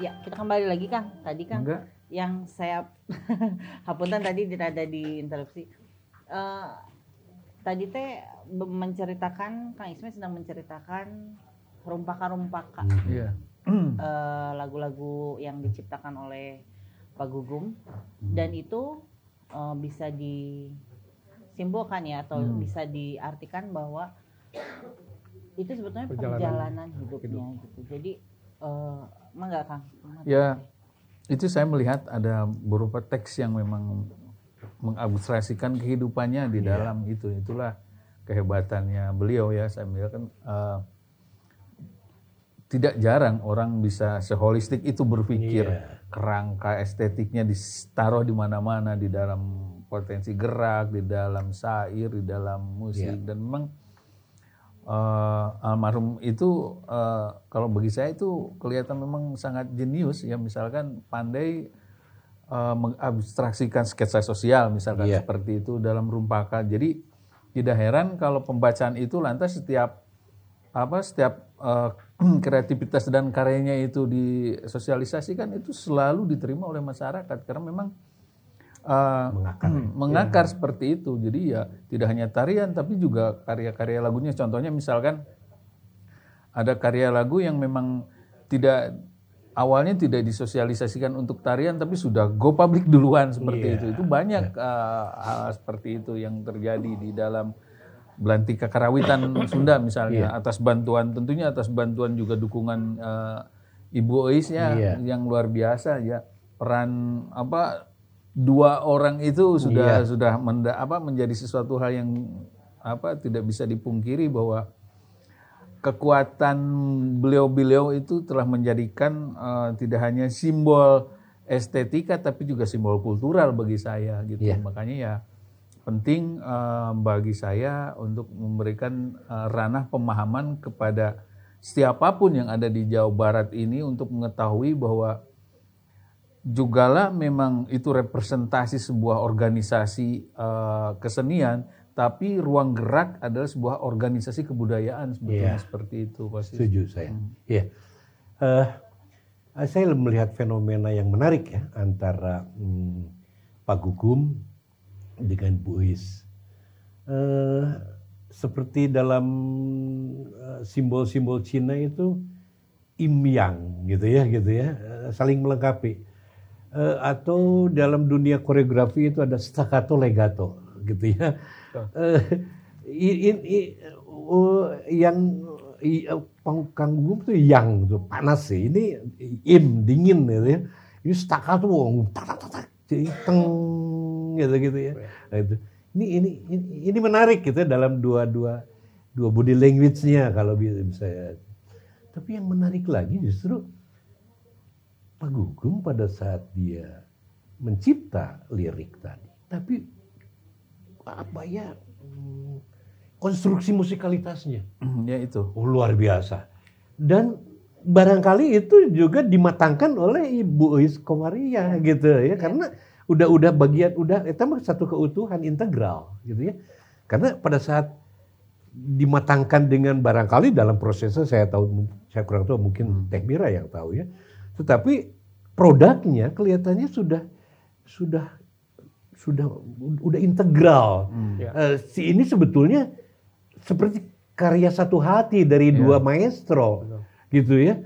Ya, kita kembali lagi Kang. Tadi Kang yang saya hapunten tadi tidak ada diinterupsi. Tadi teh menceritakan, Kang Ismail sedang menceritakan rumpaka-rumpaka. Lagu-lagu yang diciptakan oleh Pak Gugum dan itu bisa disimbolkan ya atau bisa diartikan bahwa itu sebetulnya perjalanan hidupnya gitu. Jadi enggak Kang? Ya, itu saya melihat ada beberapa teks yang memang mengabstraksikan kehidupannya di dalam itu. Itulah kehebatannya beliau ya. Saya melihat kan tidak jarang orang bisa seholistik itu berpikir kerangka estetiknya ditaruh di mana-mana, di dalam potensi gerak, di dalam syair, di dalam musik dan memang almarhum itu kalau bagi saya itu kelihatan memang sangat jenius ya, misalkan pandai mengabstraksikan sketsa sosial misalkan seperti itu dalam rumpaka. Jadi tidak heran kalau pembacaan itu lantas setiap kreativitas dan karyanya itu disosialisasikan itu selalu diterima oleh masyarakat karena memang mengakar seperti itu. Jadi ya tidak hanya tarian tapi juga karya-karya lagunya. Contohnya misalkan ada karya lagu yang memang awalnya tidak disosialisasikan untuk tarian tapi sudah go public duluan seperti itu. Itu banyak hal seperti itu yang terjadi di dalam Belantika Karawitan Sunda misalnya atas bantuan juga dukungan Ibu Ois yang luar biasa ya, peran dua orang itu sudah menjadi sesuatu hal yang tidak bisa dipungkiri bahwa kekuatan beliau itu telah menjadikan tidak hanya simbol estetika tapi juga simbol kultural bagi saya gitu. Makanya ya penting bagi saya untuk memberikan ranah pemahaman kepada siapapun yang ada di Jawa Barat ini untuk mengetahui bahwa jugalah memang itu representasi sebuah organisasi kesenian, tapi ruang gerak adalah sebuah organisasi kebudayaan sebetulnya seperti itu. Pasti. Setuju saya. Saya melihat fenomena yang menarik ya antara Pak Gugum dengan Bu Ois. Seperti dalam simbol-simbol Cina itu yin yang gitu ya, saling melengkapi. Atau dalam dunia koreografi itu ada staccato legato gitu ya. Kang Gugum itu yang tuh panas sih, ini dingin gitu ya. Ini staccato jadi teng gitu ya. Nah, itu. Ini menarik gitu dalam dua body language-nya kalau bisa ya. Tapi yang menarik lagi justru Pak Gugum pada saat dia mencipta lirik tadi, tapi konstruksi musikalitasnya, ya itu luar biasa. Dan barangkali itu juga dimatangkan oleh Ibu Ois Komaria gitu ya, karena udah bagian itu satu keutuhan integral gitu ya. Karena pada saat dimatangkan dengan barangkali dalam prosesnya saya kurang tahu, mungkin Teh Mira yang tahu ya. Tetapi produknya kelihatannya sudah integral. Ini sebetulnya seperti karya satu hati dari dua maestro, gitu ya.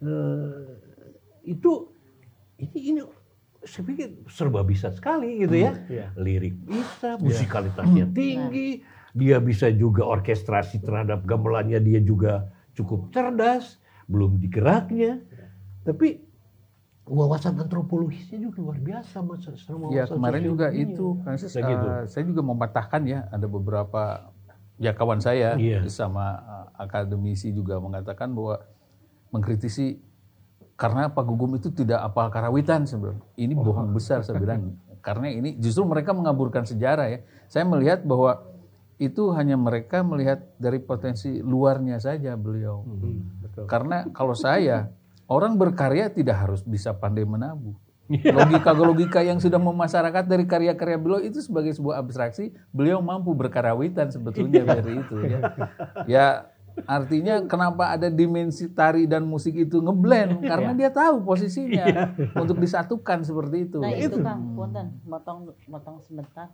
Ini saya pikir serba bisa sekali gitu ya. Lirik bisa, musikalitasnya tinggi, dia bisa juga orkestrasi terhadap gamelannya dia juga cukup cerdas, belum digeraknya, tapi wawasan antropologisnya juga luar biasa Mas. Kemarin juga itu kan saya juga mematahkan ya, ada beberapa kawan saya sama akademisi juga mengatakan bahwa mengkritisi karena Pak Gugum itu tidak apal karawitan sebenarnya. Ini bohong besar saya bilang. Karena ini justru mereka mengaburkan sejarah ya. Saya melihat bahwa itu hanya mereka melihat dari potensi luarnya saja beliau. Karena kalau saya, orang berkarya tidak harus bisa pandai menabuh. Logika yang sudah memasyarakat dari karya-karya beliau itu sebagai sebuah abstraksi, beliau mampu berkarawitan sebetulnya dari itu ya. Ya Artinya kenapa ada dimensi tari dan musik itu ngeblend karena dia tahu posisinya untuk disatukan seperti itu. Nah itu Kang, punten, motong sebentar.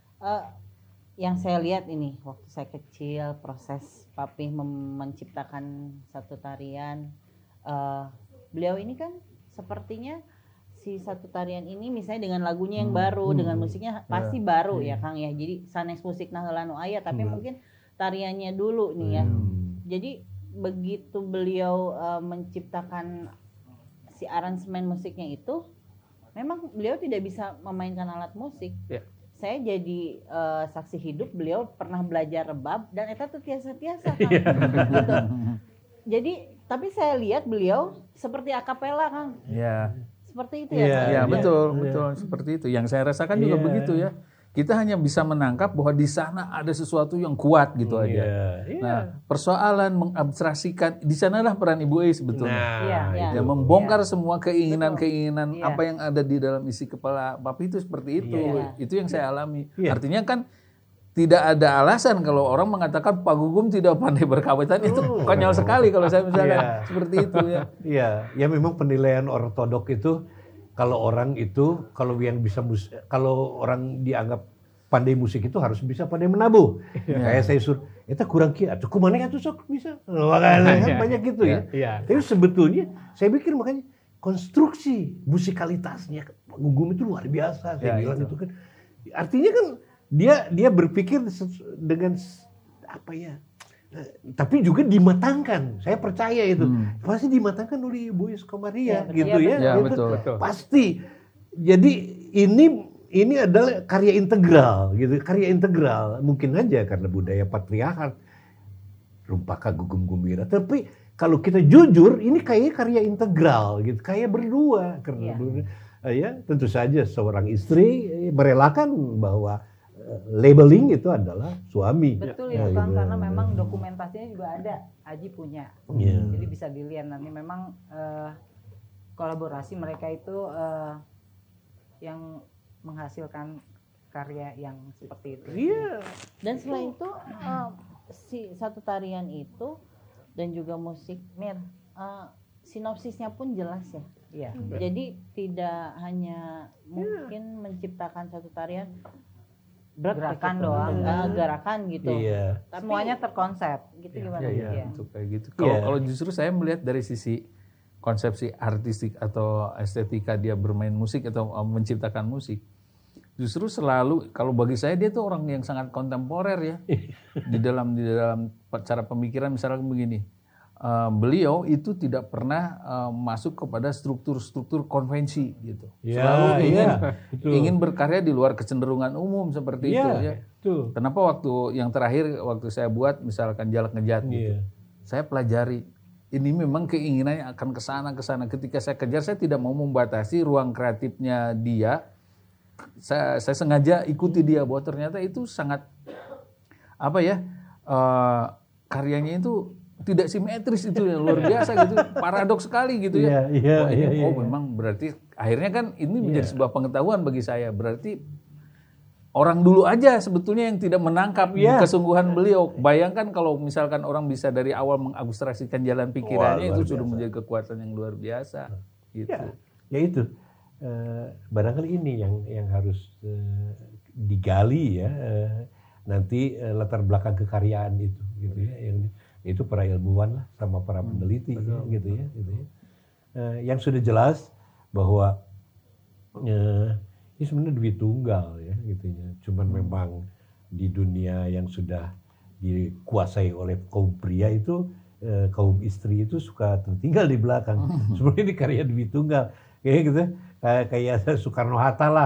Yang saya lihat ini waktu saya kecil proses Papi menciptakan satu tarian, beliau ini kan sepertinya si satu tarian ini misalnya dengan lagunya yang baru, dengan musiknya pasti baru ya Kang ya. Jadi sanes musik nah heula nu aya, tapi mungkin tariannya dulu nih ya. Jadi begitu beliau menciptakan si aransemen musiknya itu, memang beliau tidak bisa memainkan alat musik. Saya jadi saksi hidup beliau pernah belajar rebab dan eta teh tiasa-tiasa Kang. Gitu. Jadi tapi saya lihat beliau seperti akapela Kang. Iya. Seperti itu ya Kang. Ya betul seperti itu. Yang saya rasakan juga begitu ya. Kita hanya bisa menangkap bahwa di sana ada sesuatu yang kuat gitu aja. Nah, persoalan mengabstraksikan di sanalah peran Ibu E sebetulnya. Ya, membongkar semua keinginan-keinginan apa yang ada di dalam isi kepala Papi itu seperti itu. Itu yang saya alami. Artinya kan tidak ada alasan kalau orang mengatakan Pak Gugum tidak pandai berkawitan, itu konyol sekali kalau saya misalnya seperti itu ya. Iya, ya memang penilaian ortodok itu kalau orang itu kalau orang dianggap pandai musik itu harus bisa pandai menabuh. Kayak saya suruh, eta kurang kieu atuh kumaha atuh sok bisa. Makanya banyak gitu ya. Tapi sebetulnya saya pikir makanya konstruksi musikalitasnya Pak Gugum itu luar biasa. Saya bilang itu kan artinya kan dia berpikir dengan apa ya? Tapi juga dimatangkan. Saya percaya itu. Pasti dimatangkan oleh Ibu Eskomaria gitu ya. Ya, gitu. betul. Pasti. Jadi ini adalah karya integral gitu. Karya integral mungkin aja karena budaya patriarkat. Rumpaka Gugum Gumbira. Tapi kalau kita jujur ini kayaknya karya integral gitu. Kayak berdua karena ya tentu saja seorang istri merelakan bahwa labeling itu adalah suami. Betul ya Kang, karena memang dokumentasinya juga ada, Aji punya. Jadi bisa dilihat nanti memang kolaborasi mereka itu yang menghasilkan karya yang seperti itu. Dan selain itu si satu tarian itu dan juga musik sinopsisnya pun jelas ya. Jadi tidak hanya mungkin menciptakan satu tarian gerakan doang, gerakan gitu. Tapi semuanya terkonsep, gitu gimana? Untuk kayak gitu. Kalau justru saya melihat dari sisi konsepsi artistik atau estetika dia bermain musik atau menciptakan musik, justru selalu kalau bagi saya dia tuh orang yang sangat kontemporer ya. di dalam cara pemikiran misalnya begini. Beliau itu tidak pernah masuk kepada struktur-struktur konvensi gitu. Selalu ingin berkarya di luar kecenderungan umum seperti itu ya. Kenapa waktu yang terakhir waktu saya buat misalkan Jalak Ngejat gitu. Saya pelajari ini memang keinginannya akan ke sana. Ketika saya kejar saya tidak mau membatasi ruang kreatifnya dia. Saya sengaja ikuti dia bahwa ternyata itu sangat karyanya itu tidak simetris itu ya, luar biasa gitu, paradoks sekali gitu ya. Memang berarti akhirnya kan ini menjadi sebuah pengetahuan bagi saya. Berarti orang dulu aja sebetulnya yang tidak menangkap kesungguhan beliau. Bayangkan kalau misalkan orang bisa dari awal mengabstraksikan jalan pikirannya, itu sudah menjadi kekuatan yang luar biasa. Gitu. Ya itu barangkali ini yang harus digali ya. Nanti latar belakang kekaryaan itu, gitu ya. Itu para ilmuwan lah sama para peneliti gitu ya. Yang sudah jelas bahwa ini sebenarnya duit tunggal ya gitu ya. Cuman memang di dunia yang sudah dikuasai oleh kaum pria itu kaum istri itu suka tertinggal di belakang. Sebenarnya ini karya duit tunggal kayak gitu. Kayak Soekarno Hatta lah.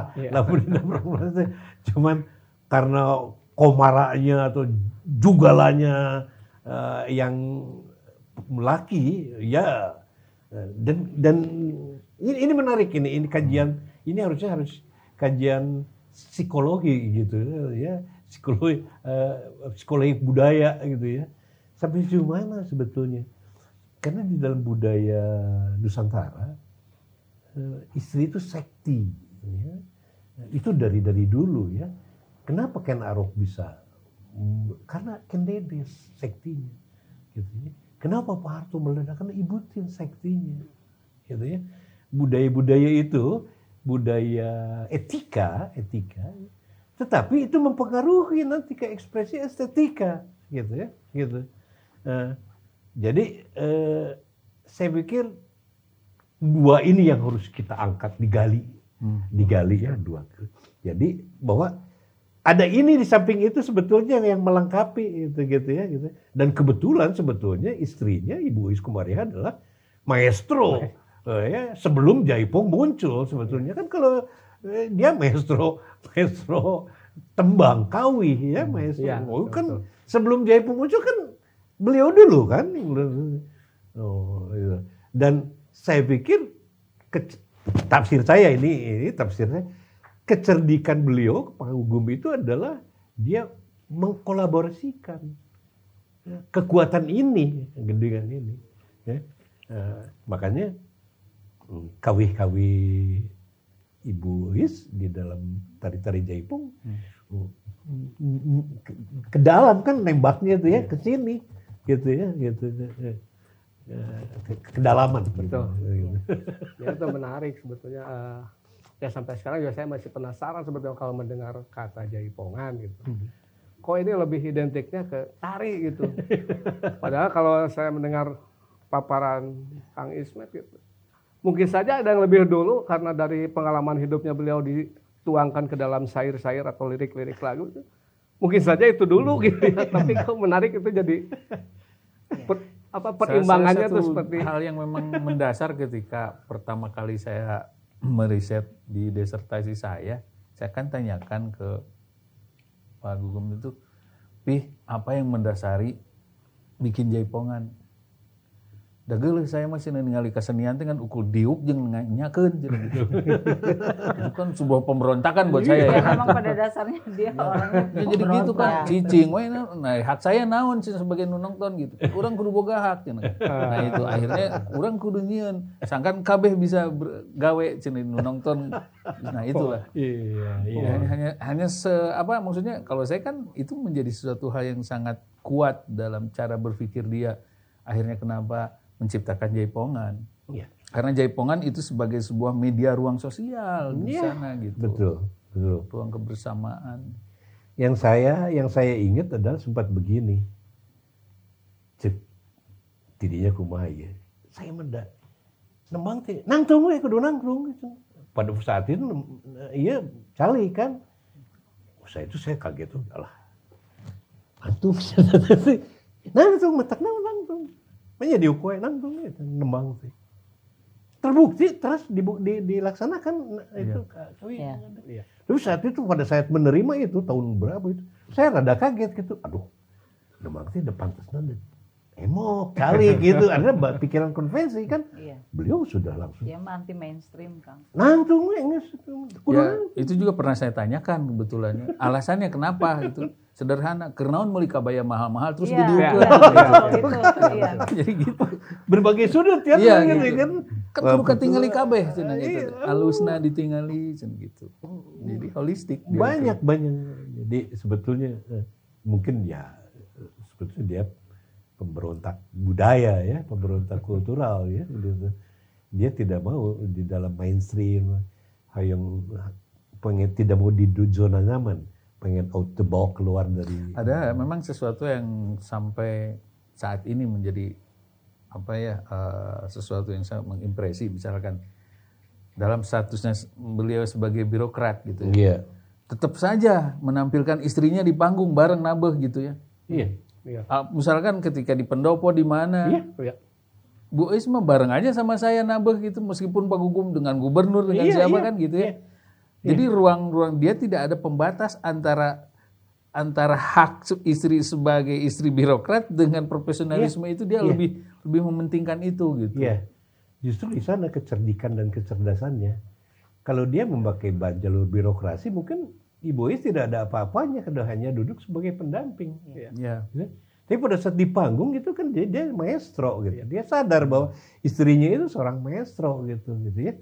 Cuman karena komaranya atau jugalannya yang laki ya dan ini menarik ini kajian ini harus kajian psikologi gitu ya psikologi budaya gitu ya sampai sejauh mana sebetulnya karena di dalam budaya Nusantara istri itu sekti ya. Itu dari dulu ya kenapa Ken Arok bisa karena Ken Dedes sektinya Gitu ya. Kenapa Pak Harto meledak? Karena Ibu Tien sektinya. Gitu ya. Budaya-budaya itu, budaya etika, tetapi itu mempengaruhi nanti ke ekspresi estetika, gitu ya, gitu. Jadi saya pikir dua ini yang harus kita angkat, digali ya dua. Jadi bahwa ada ini di samping itu sebetulnya yang melengkapi gitu ya, gitu. Dan kebetulan sebetulnya istrinya Ibu Uis Komariah adalah maestro. Ya, sebelum Jaipong muncul sebetulnya kan kalau dia maestro tembang kawi ya maestro Ya, kan sebelum Jaipong muncul kan beliau dulu kan. Iya. Dan saya pikir tafsir saya ini tafsir saya, kecerdikan beliau Pak Gugum itu adalah dia mengkolaborasikan kekuatan ini, gendingan ini ya. Makanya kawih-kawih Ibu Uis di dalam tari-tari Jaipong ke dalam kan nembaknya itu ya ke sini gitu ya gitu kedalaman. Betul. Gitu. Ya itu menarik sebetulnya. Ya sampai sekarang juga saya masih penasaran sebetulnya kalau mendengar kata Jaipongan gitu. Kok ini lebih identiknya ke tari gitu. Padahal kalau saya mendengar paparan Kang Ismet gitu, mungkin saja ada yang lebih dulu karena dari pengalaman hidupnya beliau dituangkan ke dalam syair-syair atau lirik-lirik lagu itu. Mungkin saja itu dulu gitu ya. Tapi kok menarik itu jadi perimbangannya tuh seperti hal yang memang mendasar ketika pertama kali saya meriset di disertasi saya kan tanyakan ke Pak Gugum itu, apa yang mendasari bikin Jaipongan? Dageuleuh saya masih ningali kesenian teh kan ukul diuk jeung nyakeun gitu. Itu kan sebuah pemberontakan buat saya. Ya, memang pada dasarnya dia orangnya Ya, jadi gitu kan, cicing we nah hak saya naon sih sebagai nu nonton gitu. Urang kudu boga hak cenah. Nah itu akhirnya urang kudu nyieun. Sangkan kabeh bisa gawe cenah nu nonton. Nah itulah. Iya. Hanya maksudnya kalau saya kan itu menjadi sesuatu hal yang sangat kuat dalam cara berpikir dia. Akhirnya kenapa menciptakan Jaipongan? Iya. Karena Jaipongan itu sebagai sebuah media ruang sosial di sana gitu. Betul. Ruang kebersamaan. Yang saya ingat adalah sempat begini. Cek tidinya kumaha ya. Saya mendak. Nembang teh nangtung we kudu nangtung gitu. Pada saat itu iya cali kan. Saya kaget tuh alah. Antum nangtung metak nangtung. Manya diukuai nangtung itu nembang teh. Terbukti terus dilaksanakan itu kawin. Iya. Terus saat itu pada saat menerima itu tahun berapa itu saya rada kaget gitu. Aduh, nembang teh depan tasna emok kali gitu. Ada pikiran konvensi kan. Iya. Beliau sudah langsung. Dia anti mainstream, Kang. Nangtung Ya, itu juga pernah saya tanyakan kebetulannya. Alasannya kenapa itu? Sederhana, kenaon meuli kabaya mahal-mahal terus didiukeun. Iya. Jadi gitu. berbagai sudut ya Iya, gitu gitu. kan. Kan kudu katingali kabeh cenah gitu. Alusna ditingali cenah gitu. Jadi holistik dia. Banyak. Jadi sebetulnya mungkin ya sebetulnya dia pemberontak budaya ya, pemberontak kultural ya gitu. Dia tidak mau di dalam mainstream, yang pengen tidak mau di zona nyaman, pengen out the box, keluar dari. Ada memang sesuatu yang sampai saat ini menjadi sesuatu yang sangat mengimpresi, misalkan dalam statusnya beliau sebagai birokrat gitu ya. Iya. Tetap saja menampilkan istrinya di panggung bareng nabeh gitu ya. Iya. Misalkan ketika di pendopo di mana, Iya. Bu Uis mah bareng aja sama saya nabeh gitu, meskipun Pak Gugum dengan gubernur dengan siapa kan gitu ya. Jadi ruang-ruang dia tidak ada pembatas antara hak istri sebagai istri birokrat dengan profesionalisme itu dia lebih mementingkan itu gitu. Iya. Justru di sana kecerdikan dan kecerdasannya. Kalau dia memakai jalur birokrasi mungkin Ibu Uis tidak ada apa-apanya, hanya duduk sebagai pendamping. Ya. Tapi pada saat di panggung gitu kan dia maestro gitu. Dia sadar bahwa istrinya itu seorang maestro gitu ya.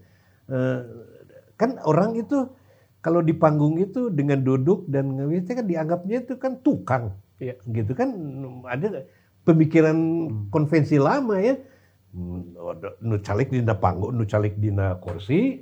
Kan orang itu kalau di panggung itu dengan duduk dan ngewitnya kan dianggapnya itu kan tukang. Gitu kan ada pemikiran konvensi lama ya. Nu calik dina panggung, nu calik dina kursi,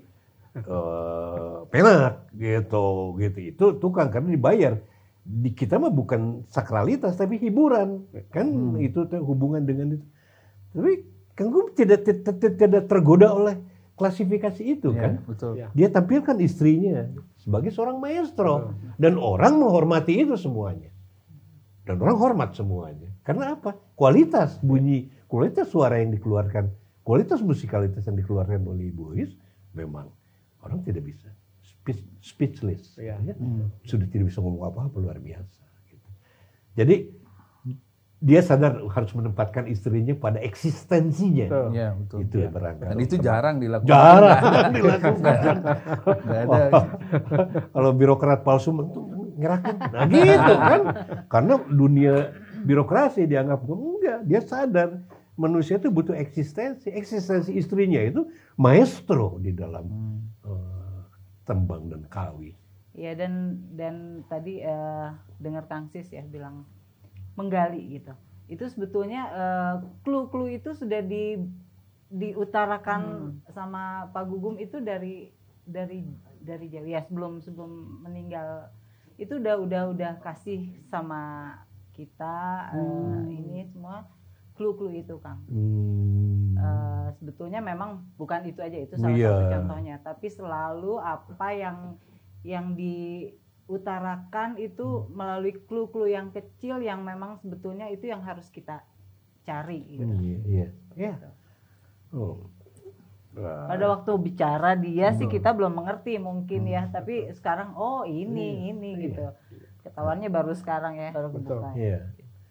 penak gitu. Itu tukang karena dibayar. Di kita mah bukan sakralitas tapi hiburan kan itu hubungan dengan itu. Tapi Kang Gugum tidak tergoda oleh klasifikasi itu kan. Betul. Dia tampilkan istrinya sebagai seorang maestro dan orang menghormati itu semuanya. Dan orang hormat semuanya. Karena apa? Kualitas bunyi, kualitas suara yang dikeluarkan, kualitas musikalitas yang dikeluarkan oleh Ibu Is memang orang tidak bisa speechless. Ya. Ya. Sudah tidak bisa ngomong apa-apa, luar biasa. Gitu. Jadi dia sadar harus menempatkan istrinya pada eksistensinya. Betul. Ya, betul. Itu Ya. barangkali. Dan itu jarang dilakukan. Jarang dilakukan. Nggak ada. Kalau birokrat palsu ngerakan. Nah gitu kan. Karena dunia birokrasi dianggap enggak. Dia sadar manusia itu butuh eksistensi. Eksistensi istrinya itu maestro di dalam tembang dan kawi. Ya dan tadi dengar Kang Sis ya bilang menggali gitu. Itu sebetulnya clue-clue itu sudah diutarakan sama Pak Gugum itu dari jauh ya sebelum meninggal itu udah kasih sama kita ini semua clue-clue itu Kang. Sebetulnya memang bukan itu aja itu salah satu contohnya, tapi selalu apa yang diutarakan itu melalui clue-clue yang kecil yang memang sebetulnya itu yang harus kita cari gitu. Iya. Oh. Pada waktu bicara dia sih kita belum mengerti mungkin ya, tapi sekarang ini gitu. Ketahuannya baru sekarang ya, baru kebuka. Iya.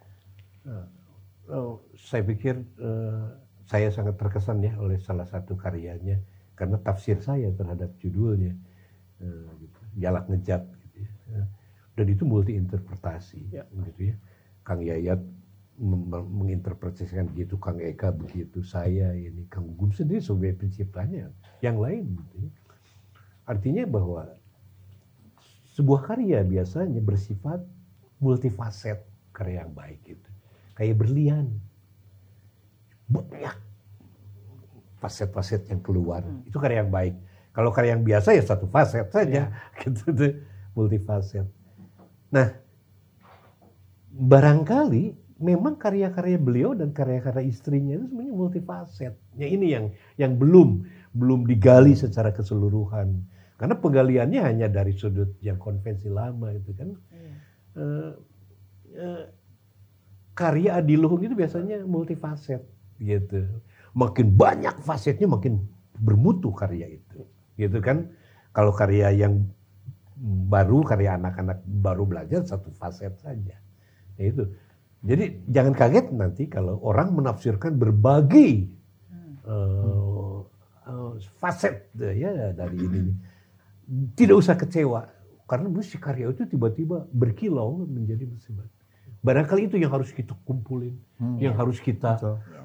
Saya pikir saya sangat terkesan ya oleh salah satu karyanya karena tafsir saya terhadap judulnya gitu. Jalak Ngejat gitu ya. Dan itu multi interpretasi gitu ya. Kang Yayat menginterpretasikan begitu, Kang Eka begitu, saya ini, Kang Gugum sendiri sebagai penciptanya, yang lain gitu ya. Artinya bahwa sebuah karya biasanya bersifat multifaset, karya yang baik itu. Kayak berlian. Banyak faset-faset yang keluar. Itu karya yang baik. Kalau karya yang biasa ya satu faset saja. Gitu tuh, multifaset. Nah, barangkali memang karya-karya beliau dan karya-karya istrinya itu sebenarnya multifaset. Ya ini yang belum digali secara keseluruhan. Karena penggaliannya hanya dari sudut yang konvensi lama itu kan. Karya Adiluhung itu biasanya multifaset gitu. Makin banyak fasetnya makin bermutu karya itu. Gitu kan. Kalau karya yang baru, karya anak-anak baru belajar satu faset saja. Ya itu. Jadi jangan kaget nanti kalau orang menafsirkan berbagai faset ya dari ini. Tidak usah kecewa karena musik karya itu tiba-tiba berkilau menjadi musibah. Barangkali itu yang harus kita kumpulin, yang harus kita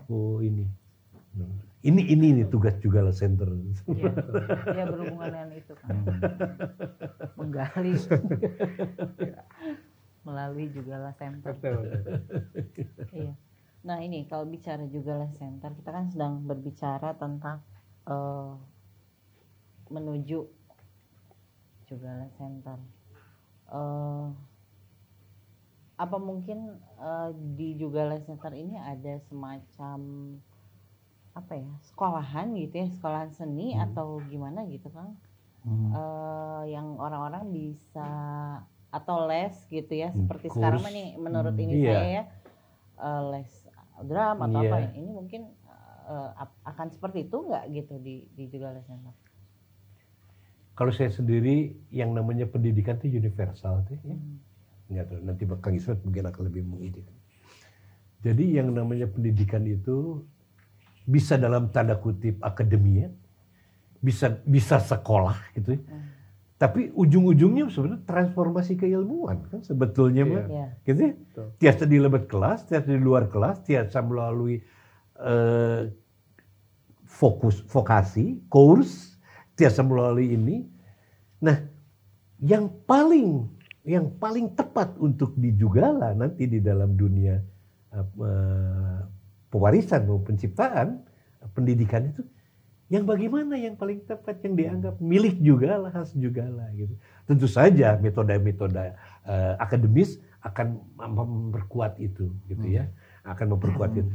ini tugas juga lah center. Ya berhubungan dengan itu kan. Menggali melalui Jugalah Center. Iya. Nah ini kalau bicara Jugalah Center, kita kan sedang berbicara tentang menuju Jugalah Center. Apa mungkin di Jugalah Center ini ada semacam sekolahan gitu ya, sekolahan seni atau gimana gitu Kang? Yang orang-orang bisa atau les gitu ya, seperti sekarang nih menurut ini saya ya les drum atau apa ini mungkin akan seperti itu nggak gitu di Jugalah Center? Kalau saya sendiri yang namanya pendidikan itu universal tuh ya. Nggak tahu, nanti Kang Ismet mungkin akan lebih mengidit. Jadi yang namanya pendidikan itu bisa dalam tanda kutip akademia, bisa sekolah gitu. Tapi ujung-ujungnya sebenarnya transformasi keilmuan kan sebetulnya mah. Gitu. Tiasa di lebat kelas, tiasa di luar kelas, tiasa melalui vokasi, course, tiasa melalui ini. Nah, yang paling tepat untuk di Jugalah nanti di dalam dunia pewarisan maupun penciptaan pendidikan itu yang bagaimana yang paling tepat, yang dianggap milik juga lah, khas juga lah gitu. Tentu saja metode-metode akademis akan memperkuat itu gitu ya, akan memperkuat itu.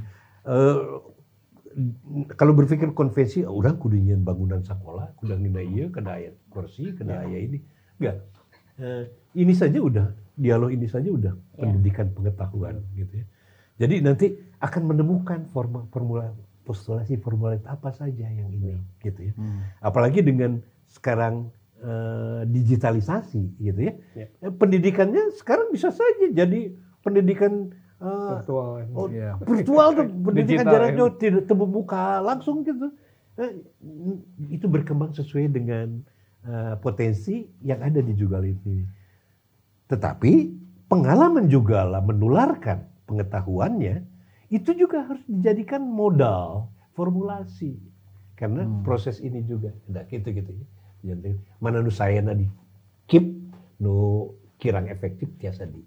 Kalau berpikir konvensi, orang kudu nyian bangunan sekolah, kudu ngina ieu, kada aya kursi, kada aya ini. Enggak. Ini saja udah, dialog ini saja udah pendidikan pengetahuan gitu ya. Jadi nanti akan menemukan formula postulasi formula apa saja yang ini gitu ya. Apalagi dengan sekarang digitalisasi gitu ya. Pendidikannya sekarang bisa saja jadi pendidikan virtual. Virtual tuh pendidikan Digital, jarak jauh, tidak temu muka langsung gitu. Itu berkembang sesuai dengan potensi yang ada di Jugal ini. Tetapi pengalaman juga lah menularkan pengetahuannya, itu juga harus dijadikan modal formulasi. Karena proses ini juga ada gitu-gitu ya. Mana nu sayana di keep nu kirang efektif tiasa di.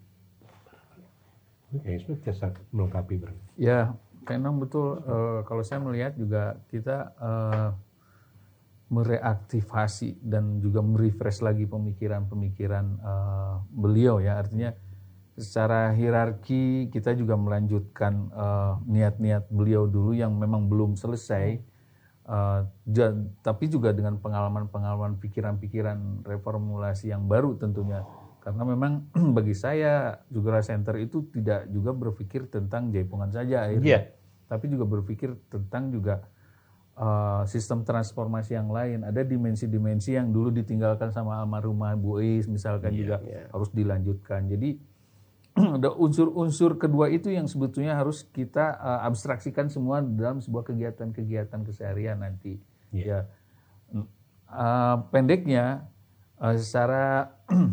Itu tiasa melengkapi berarti. Ya, memang betul. Kalau saya melihat juga kita mereaktivasi dan juga merefresh lagi pemikiran-pemikiran beliau ya. Artinya secara hierarki kita juga melanjutkan niat-niat beliau dulu yang memang belum selesai, tapi juga dengan pengalaman-pengalaman pikiran-pikiran reformulasi yang baru tentunya. Karena memang bagi saya Jugra Center itu tidak juga berpikir tentang Jaipongan saja akhirnya, tapi juga berpikir tentang juga sistem transformasi yang lain. Ada dimensi-dimensi yang dulu ditinggalkan sama almarhumah Bu Eis misalkan juga harus dilanjutkan. Jadi ada unsur-unsur kedua itu yang sebetulnya harus kita abstraksikan semua dalam sebuah kegiatan-kegiatan keseharian nanti. Ya, pendeknya secara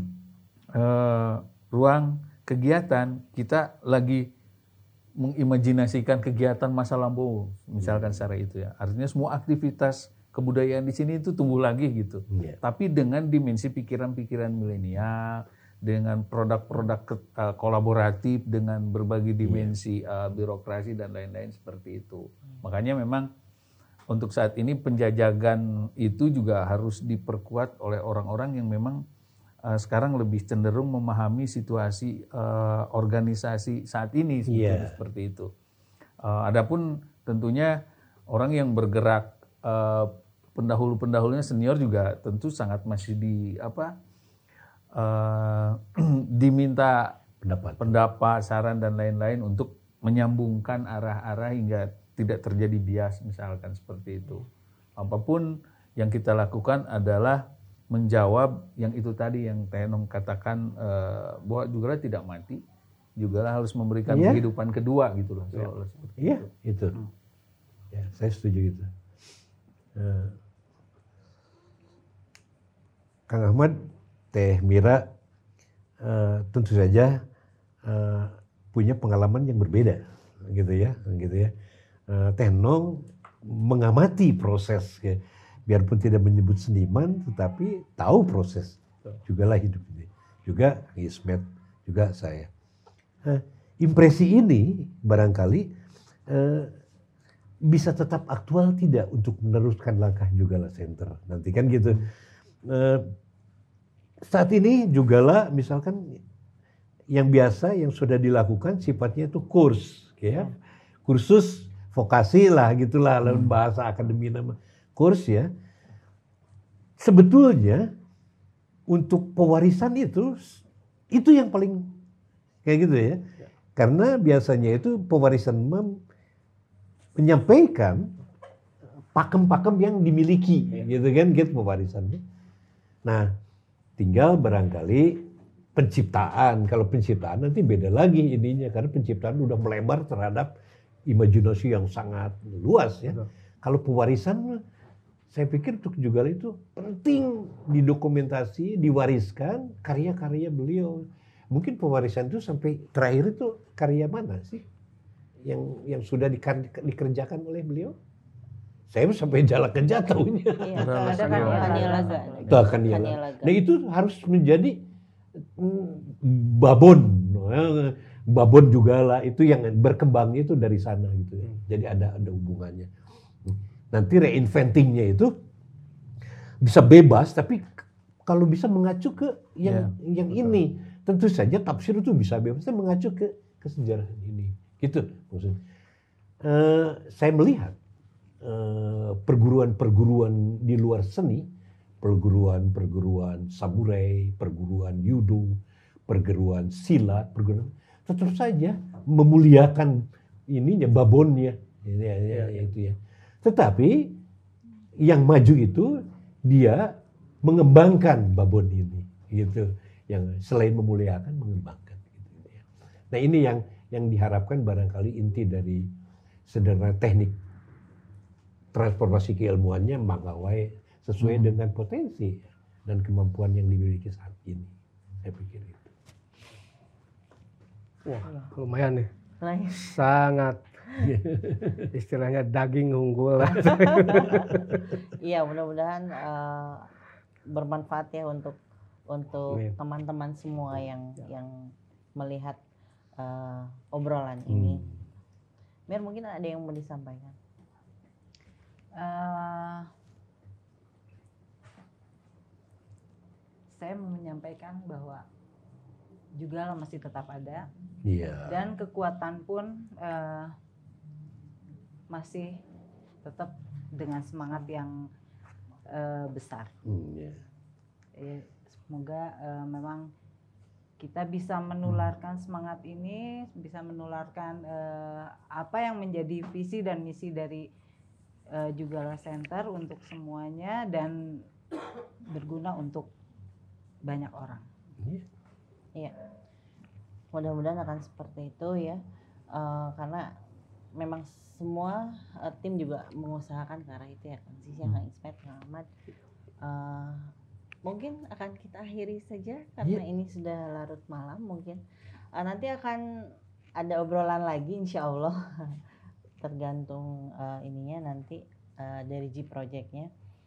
ruang kegiatan kita lagi mengimajinasikan kegiatan masa lampau, misalkan secara itu ya. Artinya semua aktivitas kebudayaan di sini itu tumbuh lagi gitu. Tapi dengan dimensi pikiran-pikiran milenial, dengan produk-produk kolaboratif dengan berbagai dimensi birokrasi dan lain-lain seperti itu. Makanya memang untuk saat ini penjajagan itu juga harus diperkuat oleh orang-orang yang memang sekarang lebih cenderung memahami situasi organisasi saat ini seperti itu. Adapun tentunya orang yang bergerak pendahulu-pendahulunya senior juga tentu sangat masih diminta pendapat, saran dan lain-lain untuk menyambungkan arah-arah hingga tidak terjadi bias misalkan seperti itu. Apapun yang kita lakukan adalah menjawab yang itu tadi yang Teh Enong katakan bahwa juga tidak mati, juga harus memberikan kehidupan kedua gitu loh. Itu. Ya, saya setuju itu. Kang Ahmad, Teh Mira tentu saja punya pengalaman yang berbeda gitu ya. Teh Nong mengamati proses ya. Biarpun tidak menyebut seniman tetapi tahu proses juga lah hidup ini. Juga Ismet, juga saya. Impresi ini barangkali bisa tetap aktual tidak untuk meneruskan langkah Juggala Center. Nanti kan gitu. Saat ini Juggala misalkan yang biasa yang sudah dilakukan sifatnya itu kurs, ya. Kursus vokasi lah gitulah, lalu bahasa akademi nama kurs ya. Sebetulnya untuk pewarisan itu yang paling kayak gitu ya. Karena biasanya itu pewarisan menyampaikan pakem-pakem yang dimiliki gitu kan, gitu pewarisannya. Nah, tinggal barangkali penciptaan. Kalau penciptaan nanti beda lagi ininya, karena penciptaan udah melebar terhadap imajinasi yang sangat luas ya. Kalau pewarisan, saya pikir untuk juga itu penting didokumentasi, diwariskan karya-karya beliau. Mungkin pewarisan itu sampai terakhir itu karya mana sih yang sudah dikerjakan oleh beliau? Saya sampai Jalak Kenja tahunya. Ada kan Kanialaga. Kanialaga. Nah itu harus menjadi babon babon juga lah, itu yang berkembangnya itu dari sana gitu ya. Jadi ada hubungannya. Nanti reinventingnya itu bisa bebas, tapi kalau bisa mengacu ke yang ini, tentu saja tafsir itu bisa bebas, tapi mengacu ke kesejarahan ini, gitu maksudnya. Saya melihat perguruan-perguruan di luar seni, perguruan samurai, perguruan judo, perguruan silat, tetap saja memuliakan ininya, babonnya, itu ya. Tetapi yang maju itu dia mengembangkan babon ini, gitu. Yang selain memuliakan, mengembangkan. Gitu ya. Nah ini yang diharapkan barangkali inti dari sederhana teknik transformasi keilmuannya Mangawai sesuai dengan potensi dan kemampuan yang dimiliki saat ini. Saya pikir itu. Wah, lumayan nih. Selain- Sangat istilahnya daging unggul lah. Iya, mudah-mudahan bermanfaat ya untuk Amin. teman-teman semua yang melihat obrolan ini. Mir, mungkin ada yang mau disampaikan. Saya mau menyampaikan bahwa Jugala masih tetap ada Iya. dan kekuatan pun masih tetap dengan semangat yang besar. Iya. Semoga memang kita bisa menularkan semangat ini, bisa menularkan apa yang menjadi visi dan misi dari Jugala Center untuk semuanya dan berguna untuk banyak orang. Iya, mudah-mudahan akan seperti itu ya, karena memang semua tim juga mengusahakan ke arah itu ya, Kang Sisya, Kang Ismet, Kang Ahmad. Mungkin akan kita akhiri saja karena ini sudah larut malam. Mungkin nanti akan ada obrolan lagi insya Allah tergantung ininya nanti dari G Project-nya.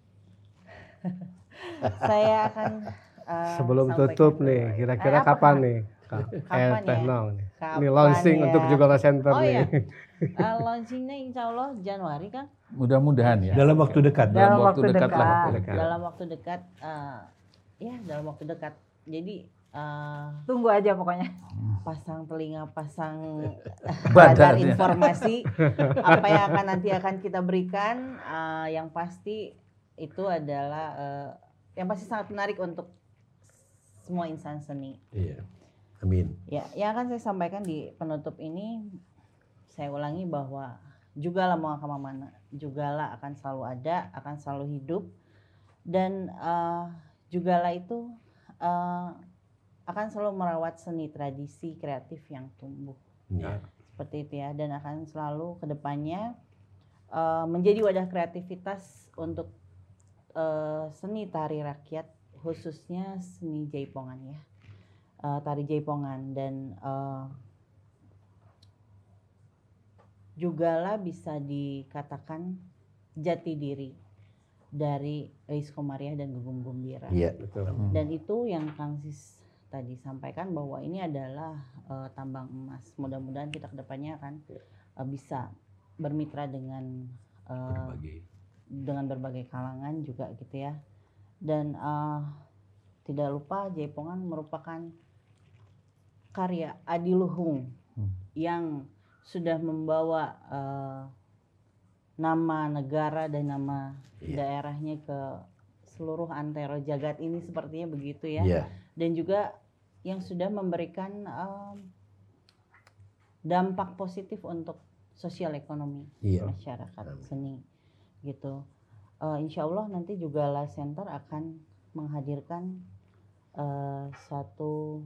Saya akan Sebelum sampaikan tutup dulu. nih, kira-kira Apa, kapan Kang? nih? Kapan ya? Nong nih. Ini Kapan launching ya? untuk Jugala Center Oh nih. iya, launchingnya insya Allah Januari kan? Mudah-mudahan ya. Dalam waktu dekat. Dalam waktu dekat. lah. Dalam waktu dekat, ya dalam waktu dekat. Jadi Tunggu aja pokoknya. pasang telinga, pasang Badar radar ya. informasi apa yang nanti akan kita berikan. Yang pasti itu adalah yang pasti sangat menarik untuk semua insan seni. Iya. Amin. Ya, yang akan saya sampaikan di penutup ini, saya ulangi bahwa Jugala mau kemana-mana, Jugala akan selalu ada, akan selalu hidup, dan Jugala itu akan selalu merawat seni tradisi kreatif yang tumbuh. Iya. Seperti itu ya, dan akan selalu kedepannya menjadi wadah kreativitas untuk seni tari rakyat, khususnya seni Jaipongan ya, tari Jaipongan. Dan Jugala bisa dikatakan jati diri dari Reis Komariah dan Gugum Gumbira. Iya. Betul. Dan itu yang Kang Sis tadi sampaikan bahwa ini adalah tambang emas. Mudah-mudahan kita kedepannya akan bisa bermitra dengan berbagai kalangan juga gitu ya. Dan tidak lupa Jaipongan merupakan karya Adiluhung yang sudah membawa nama negara dan nama daerahnya ke seluruh antero jagat ini, sepertinya begitu ya. Iya. Dan juga yang sudah memberikan dampak positif untuk sosial ekonomi masyarakat seni gitu. Insya Allah nanti juga La Center akan menghadirkan satu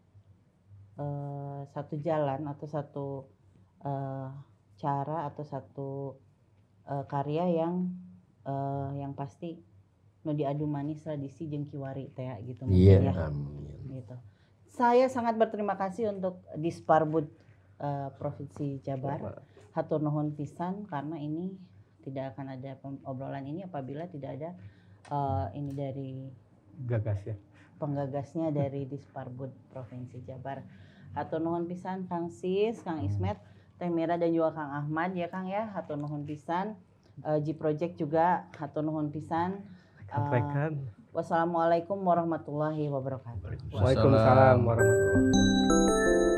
jalan atau satu cara atau satu karya yang pasti nu diadu manis tradisi jeung kiwari teh gitu mungkin ya. Gitu. Saya sangat berterima kasih untuk Disparbud Provinsi Jabar. Hatur nuhun pisan karena ini tidak akan ada obrolan ini apabila tidak ada ini dari Gagas ya. penggagasnya dari Disparbud Provinsi Jabar. Hatur nuhun pisan Kang Sis, Kang Ismet, Teh Mira dan juga Kang Ahmad ya Kang ya. Hatur nuhun pisan. G Project juga hatur nuhun pisan. Sampaikan. Wassalamualaikum warahmatullahi wabarakatuh. Waalaikumsalam warahmatullahi wabarakatuh.